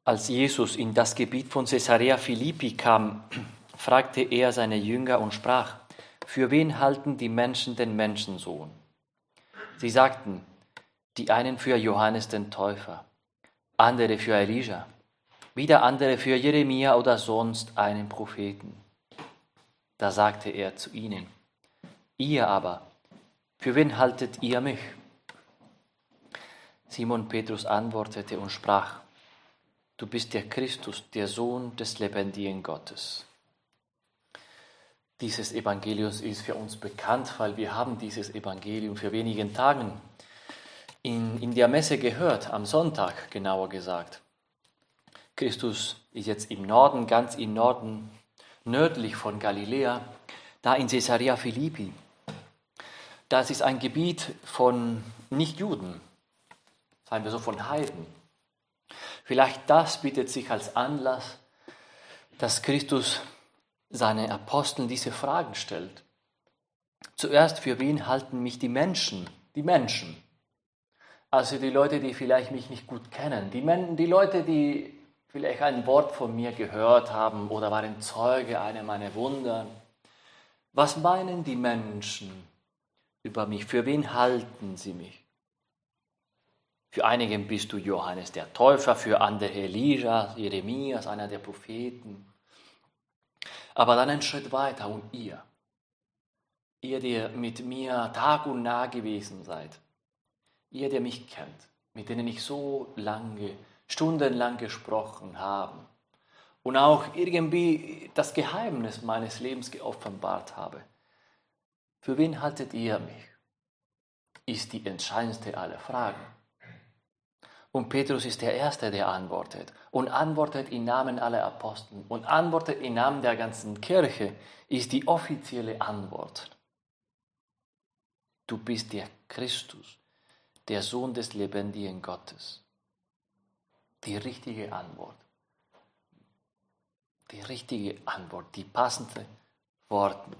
Als Jesus in das Gebiet von Caesarea Philippi kam, fragte er seine Jünger und sprach: Für wen halten die Menschen den Menschensohn? Sie sagten, die einen für Johannes den Täufer, andere für Elija, wieder andere für Jeremia oder sonst einen Propheten. Da sagte er zu ihnen: Ihr aber, für wen haltet ihr mich? Simon Petrus antwortete und sprach: Du bist der Christus, der Sohn des lebendigen Gottes. Dieses Evangelium ist für uns bekannt, weil wir haben dieses Evangelium vor wenigen Tagen in der Messe gehört, am Sonntag genauer gesagt. Christus ist jetzt im Norden, ganz im Norden, nördlich von Galiläa, da in Caesarea Philippi. Das ist ein Gebiet von Nichtjuden, sagen wir so, von Heiden. Vielleicht das bietet sich als Anlass, dass Christus seinen Aposteln diese Fragen stellt. Zuerst, für wen halten mich die Menschen? Die Menschen. Also die Leute, die vielleicht mich nicht gut kennen. Die Leute, die vielleicht ein Wort von mir gehört haben oder waren Zeuge einer meiner Wunder. Was meinen die Menschen über mich? Für wen halten sie mich? Für einige bist du Johannes der Täufer, für andere Elija, Jeremias, einer der Propheten. Aber dann einen Schritt weiter und ihr, der mit mir Tag und Nacht gewesen seid, ihr, der mich kennt, mit denen ich so lange, stundenlang gesprochen habe und auch irgendwie das Geheimnis meines Lebens geoffenbart habe. Für wen haltet ihr mich? Ist die entscheidendste aller Fragen. Und Petrus ist der Erste, der antwortet. Und antwortet im Namen aller Apostel. Und antwortet im Namen der ganzen Kirche, ist die offizielle Antwort. Du bist der Christus, der Sohn des lebendigen Gottes. Die richtige Antwort. Die richtige Antwort, die passende Worte.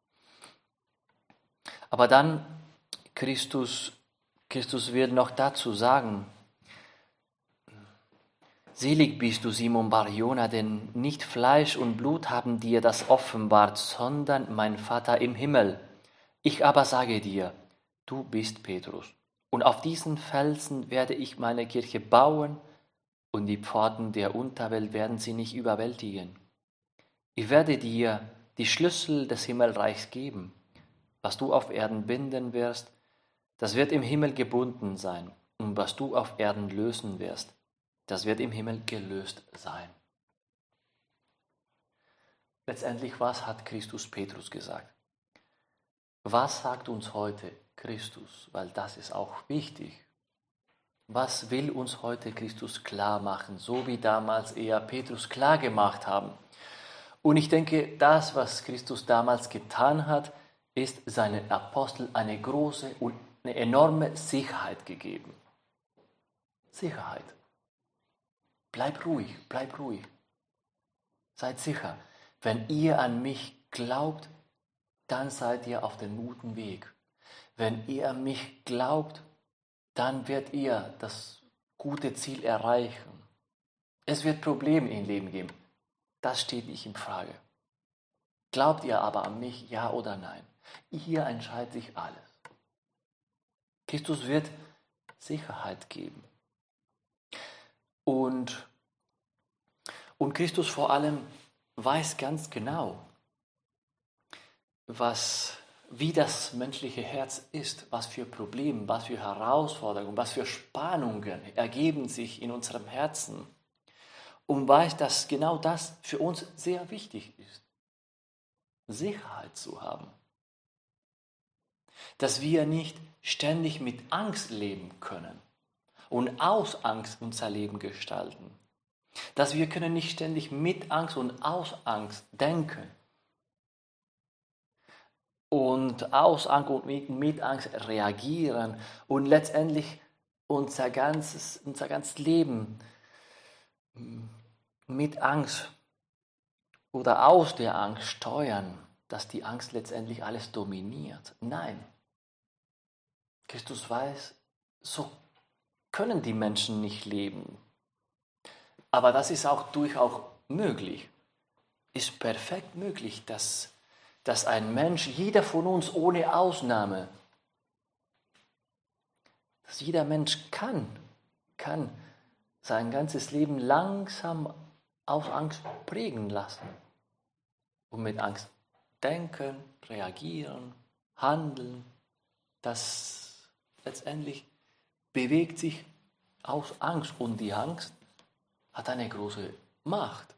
Aber dann, Christus wird noch dazu sagen, Selig bist du, Simon Bar-Jona, denn nicht Fleisch und Blut haben dir das offenbart, sondern mein Vater im Himmel. Ich aber sage dir, du bist Petrus, und auf diesen Felsen werde ich meine Kirche bauen, und die Pforten der Unterwelt werden sie nicht überwältigen. Ich werde dir die Schlüssel des Himmelreichs geben. Was du auf Erden binden wirst, das wird im Himmel gebunden sein, und was du auf Erden lösen wirst, das wird im Himmel gelöst sein. Letztendlich, was hat Christus Petrus gesagt? Was sagt uns heute Christus? Weil das ist auch wichtig. Was will uns heute Christus klar machen, so wie damals er Petrus klar gemacht haben? Und ich denke, das, was Christus damals getan hat, ist seinen Aposteln eine große und eine enorme Sicherheit gegeben. Sicherheit. Bleib ruhig, bleib ruhig. Seid sicher, wenn ihr an mich glaubt, dann seid ihr auf dem guten Weg. Wenn ihr an mich glaubt, dann werdet ihr das gute Ziel erreichen. Es wird Probleme im Leben geben. Das steht nicht in Frage. Glaubt ihr aber an mich, ja oder nein? Hier entscheidet sich alles. Christus wird Sicherheit geben. Und Christus vor allem weiß ganz genau, wie das menschliche Herz ist, was für Probleme, was für Herausforderungen, was für Spannungen ergeben sich in unserem Herzen. Und weiß, dass genau das für uns sehr wichtig ist, Sicherheit zu haben. Dass wir nicht ständig mit Angst leben können und aus Angst unser Leben gestalten. Dass wir können nicht ständig mit Angst und aus Angst denken. Und aus Angst und mit Angst reagieren und letztendlich unser ganzes Leben mit Angst oder aus der Angst steuern, dass die Angst letztendlich alles dominiert. Nein. Christus weiß, so können die Menschen nicht leben. Aber das ist auch durchaus möglich. Ist perfekt möglich, dass ein Mensch, jeder von uns ohne Ausnahme, dass jeder Mensch kann sein ganzes Leben langsam auf Angst prägen lassen und mit Angst denken, reagieren, handeln. Das letztendlich bewegt sich aus Angst und die Angst hat eine große Macht.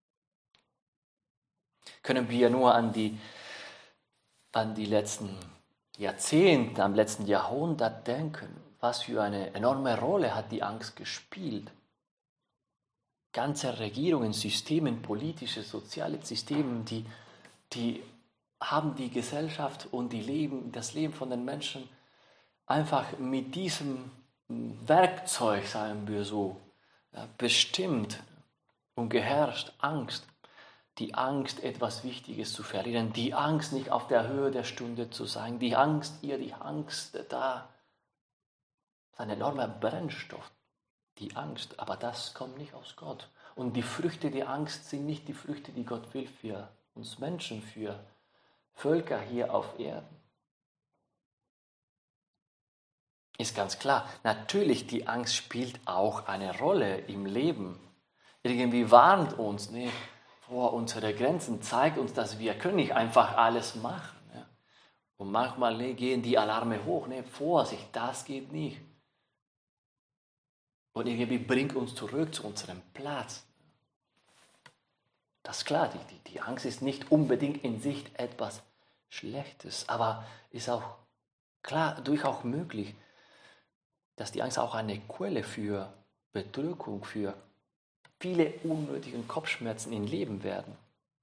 Können wir nur an die letzten Jahrzehnte, am letzten Jahrhundert denken, was für eine enorme Rolle hat die Angst gespielt. Ganze Regierungen, Systemen, politische, soziale Systeme, die haben die Gesellschaft und das Leben von den Menschen einfach mit diesem Werkzeug, sagen wir so, bestimmt und geherrscht. Angst. Die Angst, etwas Wichtiges zu verlieren. Die Angst, nicht auf der Höhe der Stunde zu sein. Die Angst, da. Das ist ein enormer Brennstoff. Die Angst, aber das kommt nicht aus Gott. Und die Früchte der Angst sind nicht die Früchte, die Gott will für uns Menschen, für Völker hier auf Erden. Ist ganz klar, natürlich, die Angst spielt auch eine Rolle im Leben. Irgendwie warnt uns vor unsere Grenzen, zeigt uns, dass wir können nicht einfach alles machen. Ja. Und manchmal gehen die Alarme hoch, Vorsicht, das geht nicht. Und irgendwie bringt uns zurück zu unserem Platz. Das ist klar, die Angst ist nicht unbedingt in sich etwas Schlechtes, aber ist auch klar, durchaus möglich, dass die Angst auch eine Quelle für Bedrückung, für viele unnötige Kopfschmerzen im Leben werden.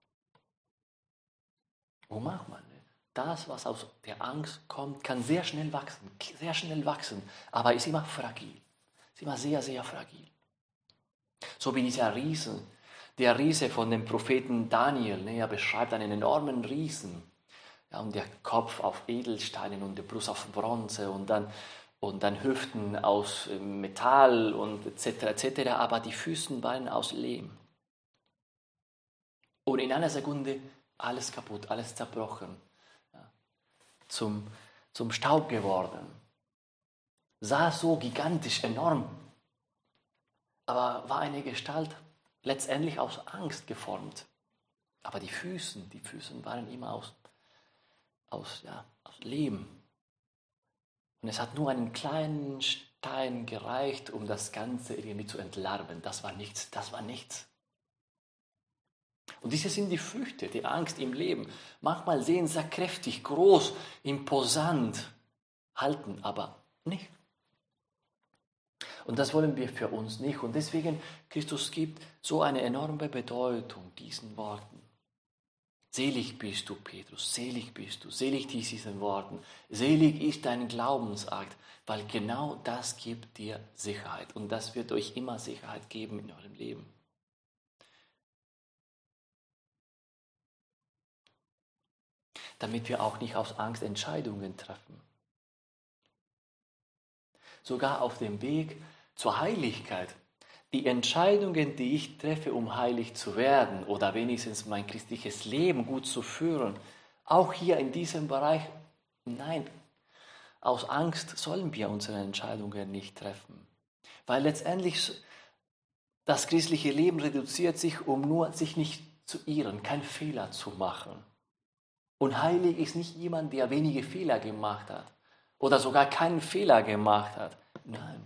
Wo macht man? Das, was aus der Angst kommt, kann sehr schnell wachsen, aber ist immer fragil. Ist immer sehr, sehr fragil. So wie dieser Riese, der Riese von dem Propheten Daniel, er beschreibt einen enormen Riesen. Ja, und der Kopf auf Edelsteinen und die Brust auf Bronze und dann Hüften aus Metall und etc., aber die Füße waren aus Lehm. Und in einer Sekunde alles kaputt, alles zerbrochen, ja, zum Staub geworden. Sah so gigantisch, enorm, aber war eine Gestalt letztendlich aus Angst geformt. Aber die Füße waren immer aus Lehm. Und es hat nur einen kleinen Stein gereicht, um das Ganze irgendwie zu entlarven. Das war nichts. Und diese sind die Früchte, die Angst im Leben. Manchmal sehen sie kräftig, groß, imposant, halten aber nicht. Und das wollen wir für uns nicht. Und deswegen, Christus gibt so eine enorme Bedeutung diesen Worten. Selig bist du, Petrus, selig bist du, selig diesen Worten. Selig ist dein Glaubensakt, weil genau das gibt dir Sicherheit. Und das wird euch immer Sicherheit geben in eurem Leben. Damit wir auch nicht aus Angst Entscheidungen treffen. Sogar auf dem Weg zur Heiligkeit. Die Entscheidungen, die ich treffe, um heilig zu werden oder wenigstens mein christliches Leben gut zu führen, auch hier in diesem Bereich, nein, aus Angst sollen wir unsere Entscheidungen nicht treffen. Weil letztendlich das christliche Leben reduziert sich, um nur sich nicht zu irren, keinen Fehler zu machen. Und heilig ist nicht jemand, der wenige Fehler gemacht hat oder sogar keinen Fehler gemacht hat. Nein.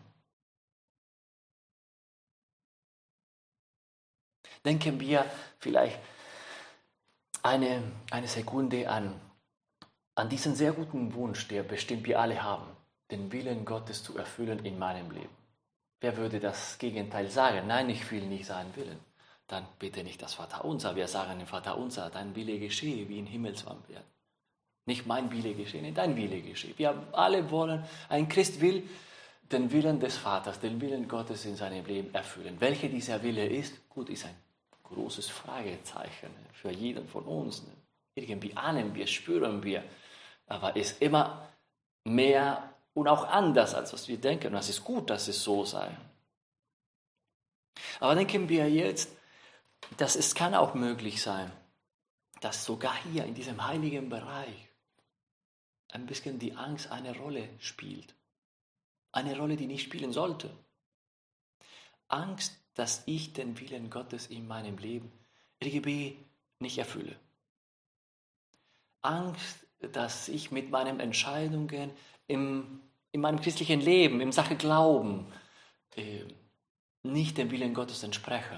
Denken wir vielleicht eine Sekunde an diesen sehr guten Wunsch, der bestimmt wir alle haben, den Willen Gottes zu erfüllen in meinem Leben. Wer würde das Gegenteil sagen? Nein, ich will nicht seinen Willen. Dann bitte nicht das Vaterunser. Wir sagen im Vaterunser, dein Wille geschehe, wie im Himmel so am Erd. Nicht mein Wille geschehe, nicht dein Wille geschehe. Wir alle wollen, ein Christ will den Willen des Vaters, den Willen Gottes in seinem Leben erfüllen. Welcher dieser Wille ist, gut, ist ein großes Fragezeichen für jeden von uns. Irgendwie ahnen wir, spüren wir, aber ist immer mehr und auch anders, als was wir denken. Und es ist gut, dass es so sei. Aber denken wir jetzt, dass es kann auch möglich sein, dass sogar hier in diesem heiligen Bereich ein bisschen die Angst eine Rolle spielt. Eine Rolle, die nicht spielen sollte. Angst, dass ich den Willen Gottes in meinem Leben irgendwie nicht erfülle. Angst, dass ich mit meinen Entscheidungen in meinem christlichen Leben, in Sache Glauben, nicht dem Willen Gottes entspreche.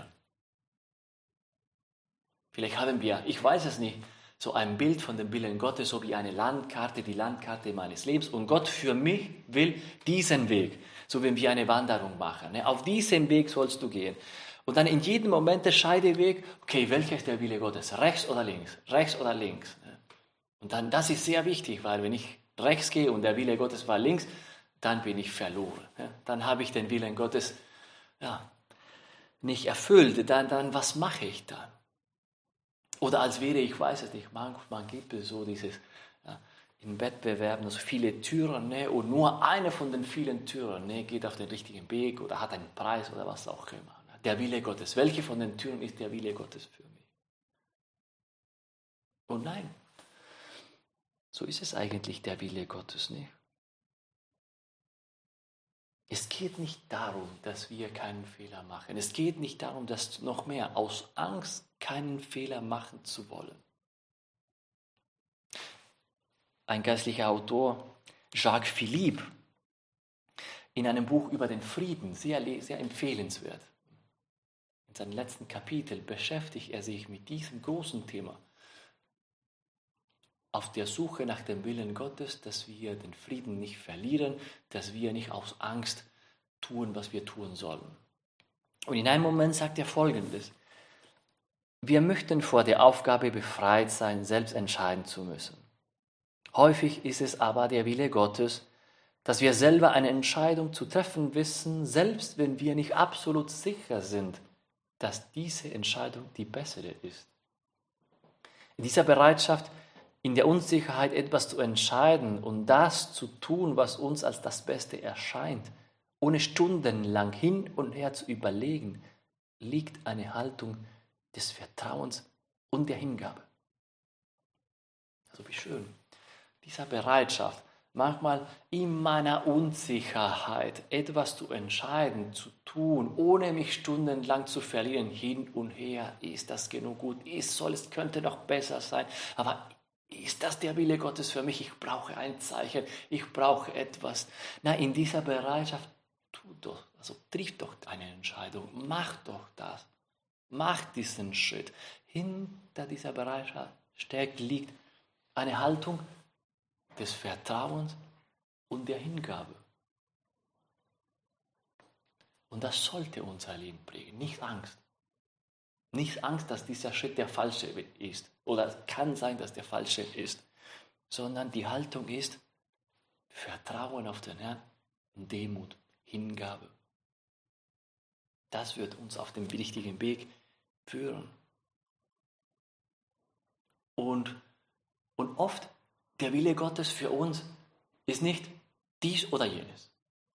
Vielleicht haben wir, ich weiß es nicht, so ein Bild von dem Willen Gottes, so wie eine Landkarte, die Landkarte meines Lebens. Und Gott für mich will diesen Weg, so wenn wir eine Wanderung machen. Auf diesem Weg sollst du gehen. Und dann in jedem Moment der Scheideweg, okay, welcher ist der Wille Gottes? Rechts oder links? Rechts oder links? Und dann, das ist sehr wichtig, weil wenn ich rechts gehe und der Wille Gottes war links, dann bin ich verloren. Dann habe ich den Willen Gottes nicht erfüllt. Dann was mache ich dann? Oder als wäre, ich weiß es nicht, manchmal gibt es so dieses, in Wettbewerben, also viele Türen, und nur eine von den vielen Türen geht auf den richtigen Weg oder hat einen Preis oder was auch immer. Der Wille Gottes. Welche von den Türen ist der Wille Gottes für mich? Und nein, so ist es eigentlich der Wille Gottes nicht. Es geht nicht darum, dass wir keinen Fehler machen. Es geht nicht darum, dass noch mehr aus Angst keinen Fehler machen zu wollen. Ein geistlicher Autor, Jacques Philippe, in einem Buch über den Frieden, sehr, sehr empfehlenswert. In seinem letzten Kapitel beschäftigt er sich mit diesem großen Thema. Auf der Suche nach dem Willen Gottes, dass wir den Frieden nicht verlieren, dass wir nicht aus Angst tun, was wir tun sollen. Und in einem Moment sagt er Folgendes: Wir möchten vor der Aufgabe befreit sein, selbst entscheiden zu müssen. Häufig ist es aber der Wille Gottes, dass wir selber eine Entscheidung zu treffen wissen, selbst wenn wir nicht absolut sicher sind, dass diese Entscheidung die bessere ist. In dieser Bereitschaft, in der Unsicherheit etwas zu entscheiden und das zu tun, was uns als das Beste erscheint, ohne stundenlang hin und her zu überlegen, liegt eine Haltung des Vertrauens und der Hingabe. Also wie schön, dieser Bereitschaft, manchmal in meiner Unsicherheit etwas zu entscheiden, zu tun, ohne mich stundenlang zu verlieren, hin und her, ist das genug gut, es könnte noch besser sein, aber ist das der Wille Gottes für mich? Ich brauche ein Zeichen, ich brauche etwas. In dieser Bereitschaft, triff doch eine Entscheidung, mach doch das, mach diesen Schritt. Hinter dieser Bereitschaft liegt eine Haltung des Vertrauens und der Hingabe. Und das sollte unser Leben prägen, nicht Angst. Nicht Angst, dass dieser Schritt der falsche ist oder es kann sein, dass der falsche ist, sondern die Haltung ist Vertrauen auf den Herrn, Demut, Hingabe. Das wird uns auf dem richtigen Weg führen. Und oft der Wille Gottes für uns ist nicht dies oder jenes,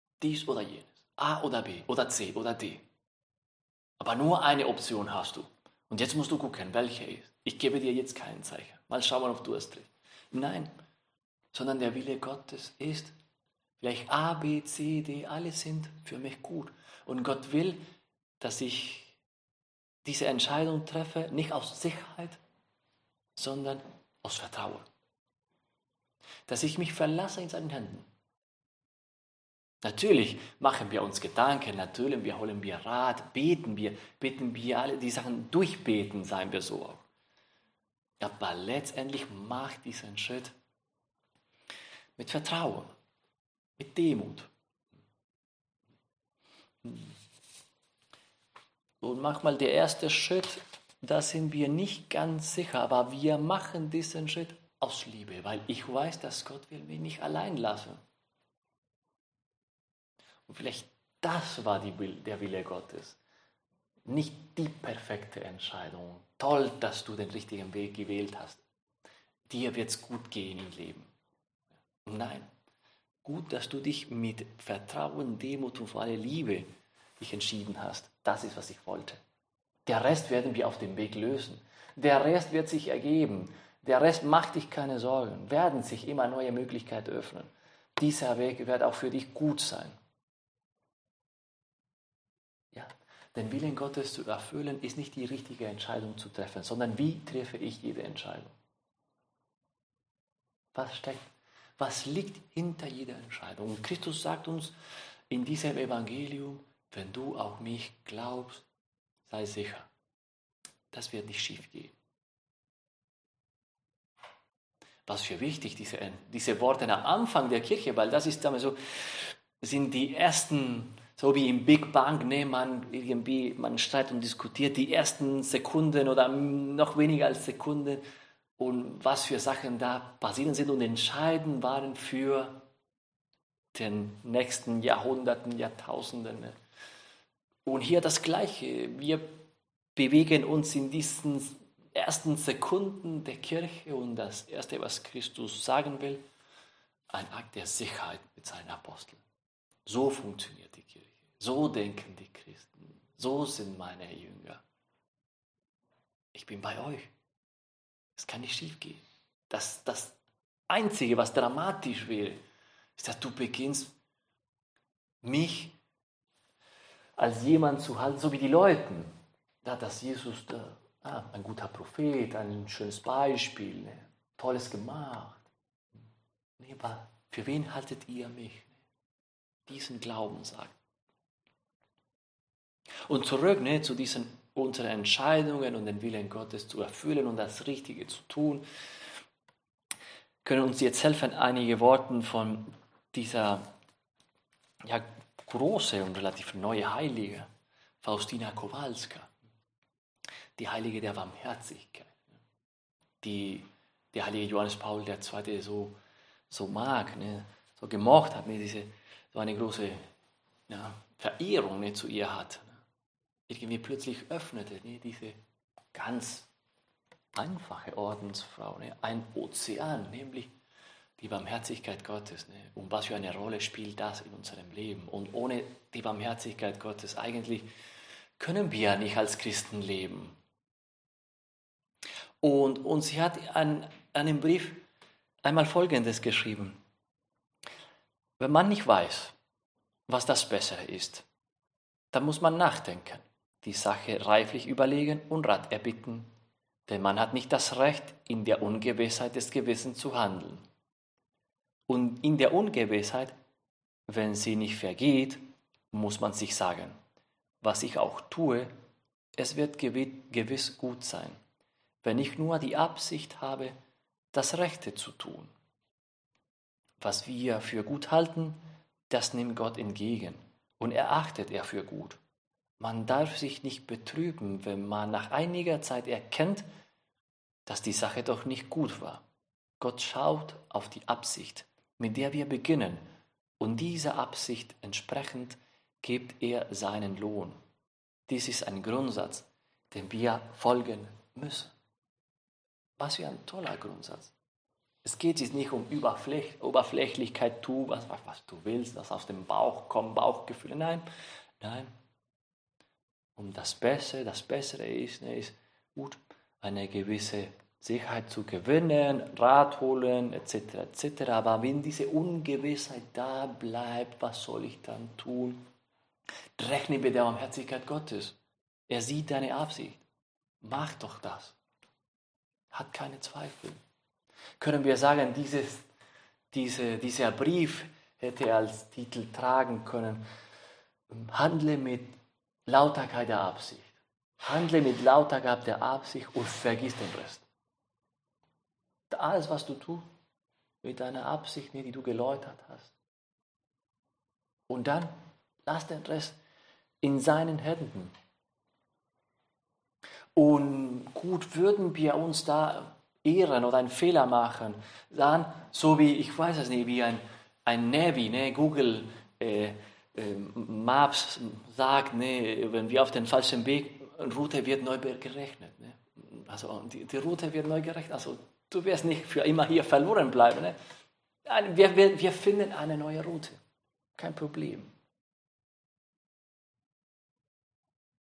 A oder B oder C oder D. Aber nur eine Option hast du. Und jetzt musst du gucken, welche ist. Ich gebe dir jetzt kein Zeichen. Mal schauen, ob du es triffst. Nein, sondern der Wille Gottes ist, vielleicht A, B, C, D, alle sind für mich gut. Und Gott will, dass ich diese Entscheidung treffe, nicht aus Sicherheit, sondern aus Vertrauen. Dass ich mich verlasse in seinen Händen. Natürlich machen wir uns Gedanken, natürlich holen wir Rat, beten wir alle die Sachen durchbeten, seien wir so auch. Aber letztendlich mach diesen Schritt mit Vertrauen, mit Demut. Und manchmal der erste Schritt, da sind wir nicht ganz sicher, aber wir machen diesen Schritt aus Liebe, weil ich weiß, dass Gott will mich nicht allein lassen. Und vielleicht das war der Wille Gottes. Nicht die perfekte Entscheidung. Toll, dass du den richtigen Weg gewählt hast. Dir wird es gut gehen im Leben. Nein, gut, dass du dich mit Vertrauen, Demut und vor allem Liebe dich entschieden hast. Das ist, was ich wollte. Der Rest werden wir auf dem Weg lösen. Der Rest wird sich ergeben. Der Rest, macht dich keine Sorgen. Werden sich immer neue Möglichkeiten öffnen. Dieser Weg wird auch für dich gut sein. Ja, den Willen Gottes zu erfüllen, ist nicht die richtige Entscheidung zu treffen, sondern wie treffe ich jede Entscheidung? Was steckt? Was liegt hinter jeder Entscheidung? Und Christus sagt uns in diesem Evangelium, wenn du auf mich glaubst, sei sicher, das wird nicht schief gehen. Was für wichtig, diese Worte am Anfang der Kirche, weil das ist so, sind die ersten, so wie im Big Bang, man streitet und diskutiert, die ersten Sekunden oder noch weniger als Sekunden und was für Sachen da passieren sind und entscheidend waren für den nächsten Jahrhunderten, Jahrtausenden. Und hier das Gleiche, wir bewegen uns in diesen ersten Sekunden der Kirche und das Erste, was Christus sagen will, ein Akt der Sicherheit mit seinen Aposteln. So funktioniert die Kirche, so denken die Christen, so sind meine Jünger. Ich bin bei euch. Es kann nicht schief gehen. Das Einzige, was dramatisch wäre, ist, dass du beginnst, mich als jemand zu halten, so wie die Leute. Da, dass Jesus ein guter Prophet, ein schönes Beispiel, Tolles gemacht. Nee, aber für wen haltet ihr mich? Diesen Glauben sagt. Und zurück zu diesen unseren Entscheidungen und den Willen Gottes zu erfüllen und das Richtige zu tun, können uns jetzt helfen, einige Worte von dieser große und relativ neue Heilige, Faustina Kowalska, die Heilige der Barmherzigkeit, die der Heilige Johannes Paul II. so mag, so gemocht hat, so eine große Verehrung zu ihr hat. Irgendwie plötzlich öffnete diese ganz einfache Ordensfrau ein Ozean, nämlich die Barmherzigkeit Gottes. Und was für eine Rolle spielt das in unserem Leben? Und ohne die Barmherzigkeit Gottes eigentlich können wir nicht als Christen leben. Und sie hat an einem Brief einmal Folgendes geschrieben. Wenn man nicht weiß, was das Bessere ist, dann muss man nachdenken, die Sache reiflich überlegen und Rat erbitten, denn man hat nicht das Recht, in der Ungewissheit des Gewissens zu handeln. Und in der Ungewissheit, wenn sie nicht vergeht, muss man sich sagen, was ich auch tue, es wird gewiss gut sein, wenn ich nur die Absicht habe, das Rechte zu tun. Was wir für gut halten, das nimmt Gott entgegen und erachtet er für gut. Man darf sich nicht betrüben, wenn man nach einiger Zeit erkennt, dass die Sache doch nicht gut war. Gott schaut auf die Absicht, mit der wir beginnen, und dieser Absicht entsprechend gibt er seinen Lohn. Dies ist ein Grundsatz, dem wir folgen müssen. Was für ein toller Grundsatz. Es geht jetzt nicht um Oberflächlichkeit, tu was du willst, was aus dem Bauch kommt, Bauchgefühle. Nein. Um das Bessere ist gut, eine gewisse Sicherheit zu gewinnen, Rat holen, etc. Aber wenn diese Ungewissheit da bleibt, was soll ich dann tun? Rechne mit der Barmherzigkeit Gottes. Er sieht deine Absicht. Mach doch das. Hat keine Zweifel. Können wir sagen, dieser Brief hätte als Titel tragen können, handle mit Lauterkeit der Absicht. Handle mit Lauterkeit der Absicht und vergiss den Rest. Alles, was du tust, mit deiner Absicht, die du geläutert hast. Und dann lass den Rest in seinen Händen. Und gut, würden wir uns da irren oder einen Fehler machen, dann, so wie, ich weiß es nicht, wie ein Navi, Google Maps sagt, wenn wir auf den falschen Weg, Route wird neu gerechnet. Also die Route wird neu gerechnet, also du wirst nicht für immer hier verloren bleiben. Wir finden eine neue Route, kein Problem.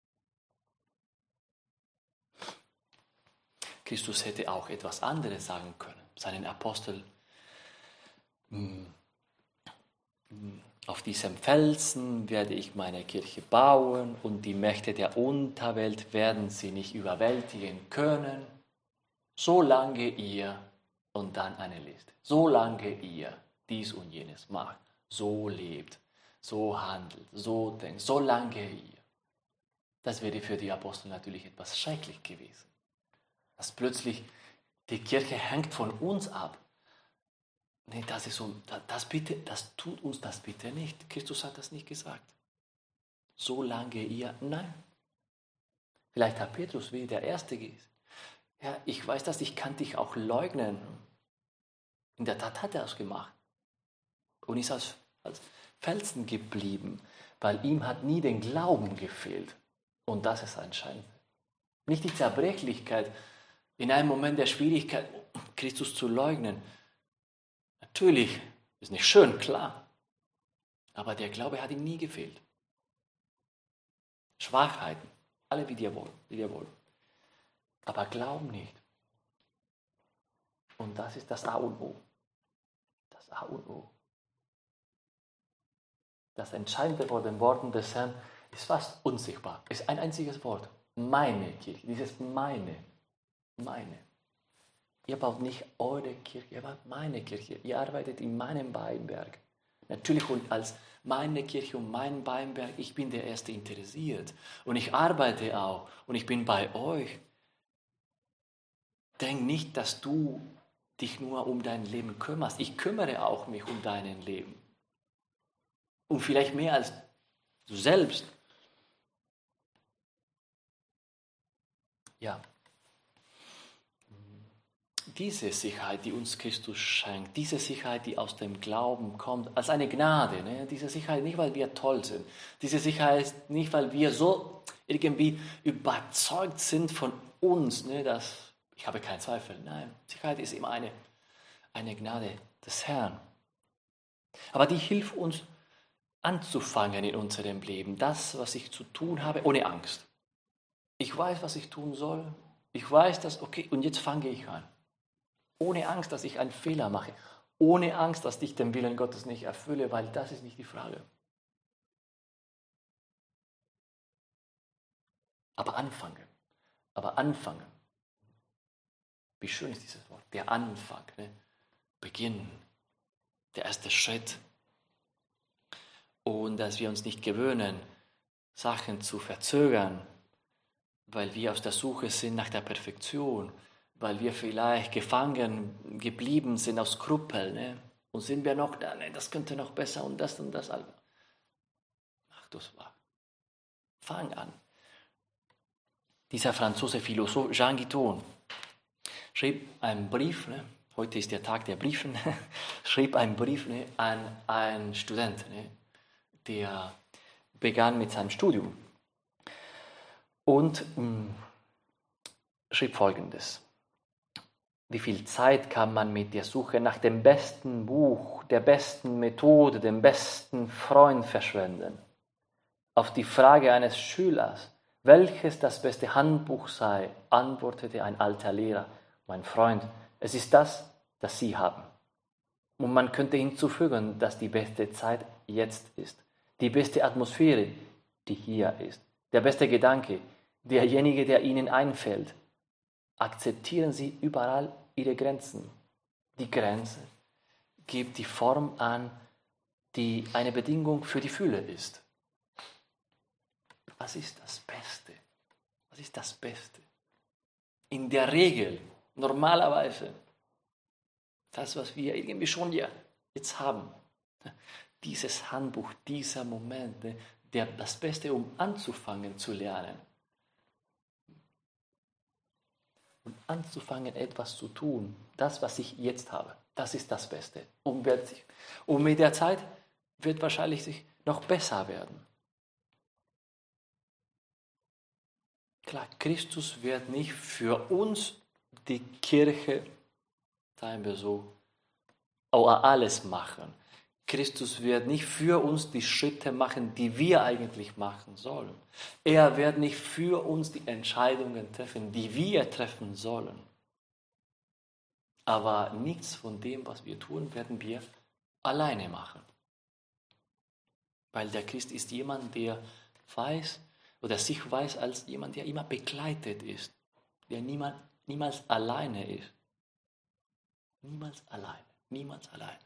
Christus hätte auch etwas anderes sagen können. Seinen Apostel: Auf diesem Felsen werde ich meine Kirche bauen und die Mächte der Unterwelt werden sie nicht überwältigen können, solange ihr, und dann eine Liste, solange ihr dies und jenes macht, so lebt, so handelt, so denkt, solange ihr. Das wäre für die Apostel natürlich etwas schrecklich gewesen. Dass plötzlich die Kirche hängt von uns ab. Nee, das ist so, das tut uns das bitte nicht. Christus hat das nicht gesagt. Solange ihr, nein. Vielleicht hat Petrus wie der Erste ist. Ja, ich weiß das, ich kann dich auch leugnen. In der Tat hat er es gemacht. Und ist als Felsen geblieben, weil ihm hat nie den Glauben gefehlt. Und das ist entscheidend. Nicht die Zerbrechlichkeit, in einem Moment der Schwierigkeit, Christus zu leugnen. Natürlich, ist nicht schön, klar. Aber der Glaube hat ihm nie gefehlt. Schwachheiten, alle wie dir wollen. Aber Glauben nicht. Und das ist das A und O. Das A und O. Das Entscheidende vor den Worten des Herrn ist fast unsichtbar. Ist ein einziges Wort. Meine Kirche. Dieses meine. Ihr baut nicht eure Kirche, ihr baut meine Kirche. Ihr arbeitet in meinem Weinberg. Natürlich und als meine Kirche und mein Weinberg, ich bin der Erste interessiert. Und ich arbeite auch. Und ich bin bei euch. Denk nicht, dass du dich nur um dein Leben kümmerst. Ich kümmere auch mich um dein Leben. Und vielleicht mehr als du selbst. Ja. Diese Sicherheit, die uns Christus schenkt, diese Sicherheit, die aus dem Glauben kommt, als eine Gnade, ne? Diese Sicherheit nicht, weil wir toll sind, diese Sicherheit nicht, weil wir so irgendwie überzeugt sind von uns, ne? Dass ich habe keinen Zweifel, nein, Sicherheit ist immer eine Gnade des Herrn. Aber die hilft uns anzufangen in unserem Leben, das, was ich zu tun habe, ohne Angst. Ich weiß, was ich tun soll, ich weiß, dass, okay, und jetzt fange ich an. Ohne Angst, dass ich einen Fehler mache. Ohne Angst, dass ich den Willen Gottes nicht erfülle, weil das ist nicht die Frage. Aber anfangen. Wie schön ist dieses Wort. Der Anfang, ne? Beginn, der erste Schritt. Und dass wir uns nicht gewöhnen, Sachen zu verzögern, weil wir auf der Suche sind nach der Perfektion, weil wir vielleicht gefangen geblieben sind aus Skrupeln. Ne? Und sind wir noch da, ne, das könnte noch besser und das. Mach das wahr. Fang an. Dieser Franzose Philosoph Jean Guiton schrieb einen Brief, ne? Heute ist der Tag der Briefe, ne? Schrieb einen Brief, ne, an einen Student, ne? Der begann mit seinem Studium und schrieb Folgendes. Wie viel Zeit kann man mit der Suche nach dem besten Buch, der besten Methode, dem besten Freund verschwenden? Auf die Frage eines Schülers, welches das beste Handbuch sei, antwortete ein alter Lehrer: Mein Freund, es ist das, das Sie haben. Und man könnte hinzufügen, dass die beste Zeit jetzt ist. Die beste Atmosphäre, die hier ist. Der beste Gedanke, derjenige, der Ihnen einfällt. Akzeptieren Sie überall Ihre Grenzen. Die Grenze gibt die Form an, die eine Bedingung für die Fülle ist. Was ist das Beste? Was ist das Beste? In der Regel, normalerweise, das, was wir irgendwie schon jetzt haben, dieses Handbuch, dieser Moment, das Beste, um anzufangen zu lernen. Und anzufangen, etwas zu tun, das, was ich jetzt habe, das ist das Beste. Und mit der Zeit wird wahrscheinlich sich noch besser werden. Klar, Christus wird nicht für uns die Kirche, sagen wir so, alles machen. Christus wird nicht für uns die Schritte machen, die wir eigentlich machen sollen. Er wird nicht für uns die Entscheidungen treffen, die wir treffen sollen. Aber nichts von dem, was wir tun, werden wir alleine machen. Weil der Christ ist jemand, der weiß oder sich weiß als jemand, der immer begleitet ist, der niemals alleine ist. Niemals alleine, niemals alleine.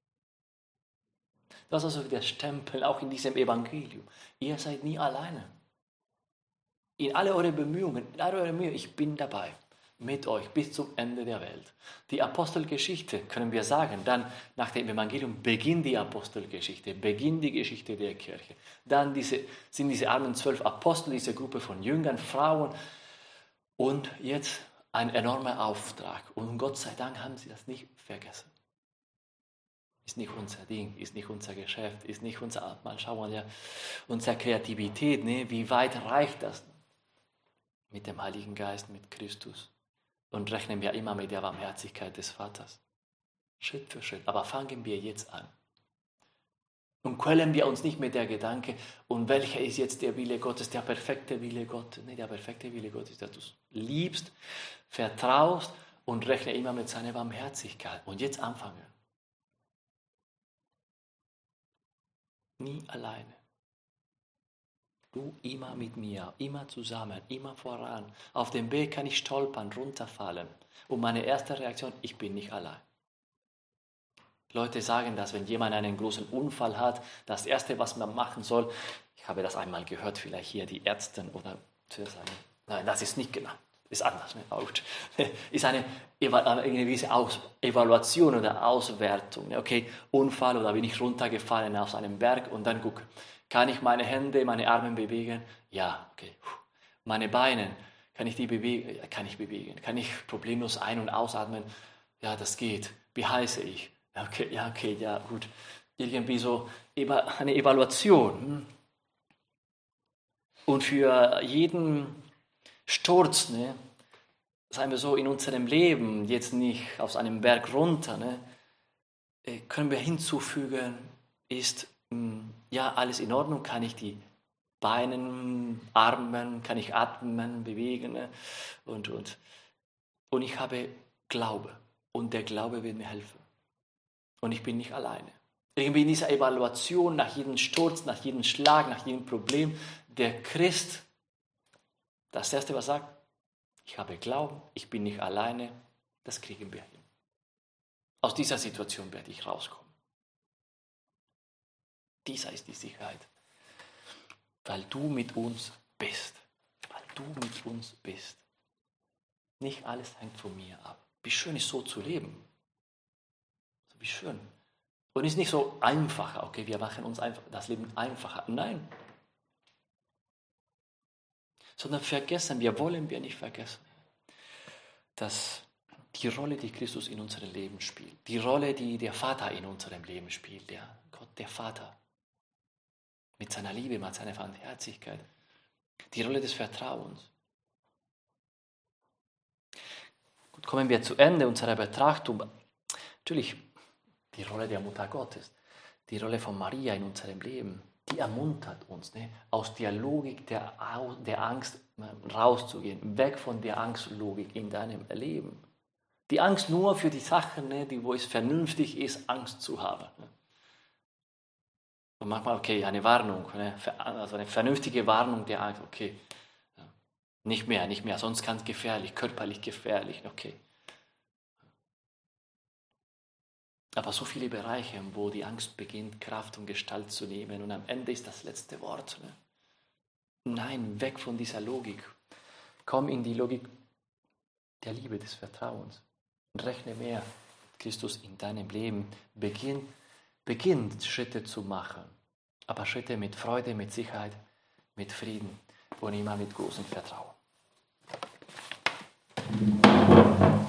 Das ist also der Stempel auch in diesem Evangelium. Ihr seid nie alleine. In alle eure Bemühungen, ich bin dabei. Mit euch bis zum Ende der Welt. Die Apostelgeschichte, können wir sagen, dann nach dem Evangelium beginnt die Apostelgeschichte, beginnt die Geschichte der Kirche. Dann sind diese armen 12 Apostel, diese Gruppe von Jüngern, Frauen und jetzt ein enormer Auftrag. Und Gott sei Dank haben sie das nicht vergessen. Ist nicht unser Ding, ist nicht unser Geschäft, ist nicht unser, mal schauen, ja, unsere Kreativität, ne? Wie weit reicht das? Mit dem Heiligen Geist, mit Christus. Und rechnen wir immer mit der Barmherzigkeit des Vaters. Schritt für Schritt. Aber fangen wir jetzt an. Und quälen wir uns nicht mit der Gedanke, und welcher ist jetzt der Wille Gottes, der perfekte Wille Gottes? Nee, der perfekte Wille Gottes ist, dass du es liebst, vertraust und rechne immer mit seiner Barmherzigkeit. Und jetzt anfangen. Nie alleine. Du immer mit mir, immer zusammen, immer voran. Auf dem Weg kann ich stolpern, runterfallen. Und meine erste Reaktion, ich bin nicht allein. Leute sagen, dass wenn jemand einen großen Unfall hat, das Erste, was man machen soll, ich habe das einmal gehört, vielleicht hier die Ärzte oder sagen, nein, das ist nicht genau, ist anders, ne? Ist eine gewisse Evaluation oder Auswertung. Okay, Unfall oder bin ich runtergefallen aus einem Berg und dann gucke. Kann ich meine Hände, meine Arme bewegen? Ja, okay. Meine Beine, kann ich die bewegen? Kann ich bewegen. Kann ich problemlos ein- und ausatmen? Ja, das geht. Wie heiße ich? Okay, ja, gut. Irgendwie so eine Evaluation. Und für jeden Sturz, ne, sagen wir so, in unserem Leben, jetzt nicht aus einem Berg runter, ne, können wir hinzufügen, ist, ja, alles in Ordnung, kann ich die Beine, Armen, kann ich atmen, bewegen, ne? Und ich habe Glaube und der Glaube wird mir helfen. Und ich bin nicht alleine. Irgendwie in dieser Evaluation, nach jedem Sturz, nach jedem Schlag, nach jedem Problem, der Christ, das Erste, was sagt, ich habe Glauben, ich bin nicht alleine, das kriegen wir hin. Aus dieser Situation werde ich rauskommen. Dieser ist die Sicherheit. Weil du mit uns bist. Weil du mit uns bist. Nicht alles hängt von mir ab. Wie schön ist so zu leben. Wie schön. Und ist nicht so einfacher. Okay, wir machen uns einfach das Leben einfacher. Nein. Sondern wollen wir nicht vergessen, dass die Rolle, die Christus in unserem Leben spielt, die Rolle, die der Vater in unserem Leben spielt, der Gott, der Vater, mit seiner Liebe, mit seiner Barmherzigkeit, die Rolle des Vertrauens. Gut, kommen wir zu Ende unserer Betrachtung. Natürlich die Rolle der Mutter Gottes, die Rolle von Maria in unserem Leben, die ermuntert uns, ne, aus der Logik der Angst rauszugehen, weg von der Angstlogik in deinem Leben. Die Angst nur für die Sachen, ne, wo es vernünftig ist, Angst zu haben. Ne. Und manchmal, okay, eine Warnung, ne, also eine vernünftige Warnung der Angst, okay, ja, nicht mehr, sonst kann es gefährlich, körperlich gefährlich, okay. Aber so viele Bereiche, wo die Angst beginnt, Kraft und Gestalt zu nehmen und am Ende ist das letzte Wort. Ne? Nein, weg von dieser Logik. Komm in die Logik der Liebe, des Vertrauens und rechne mehr mit Christus in deinem Leben. Beginnt Schritte zu machen, aber Schritte mit Freude, mit Sicherheit, mit Frieden und immer mit großem Vertrauen.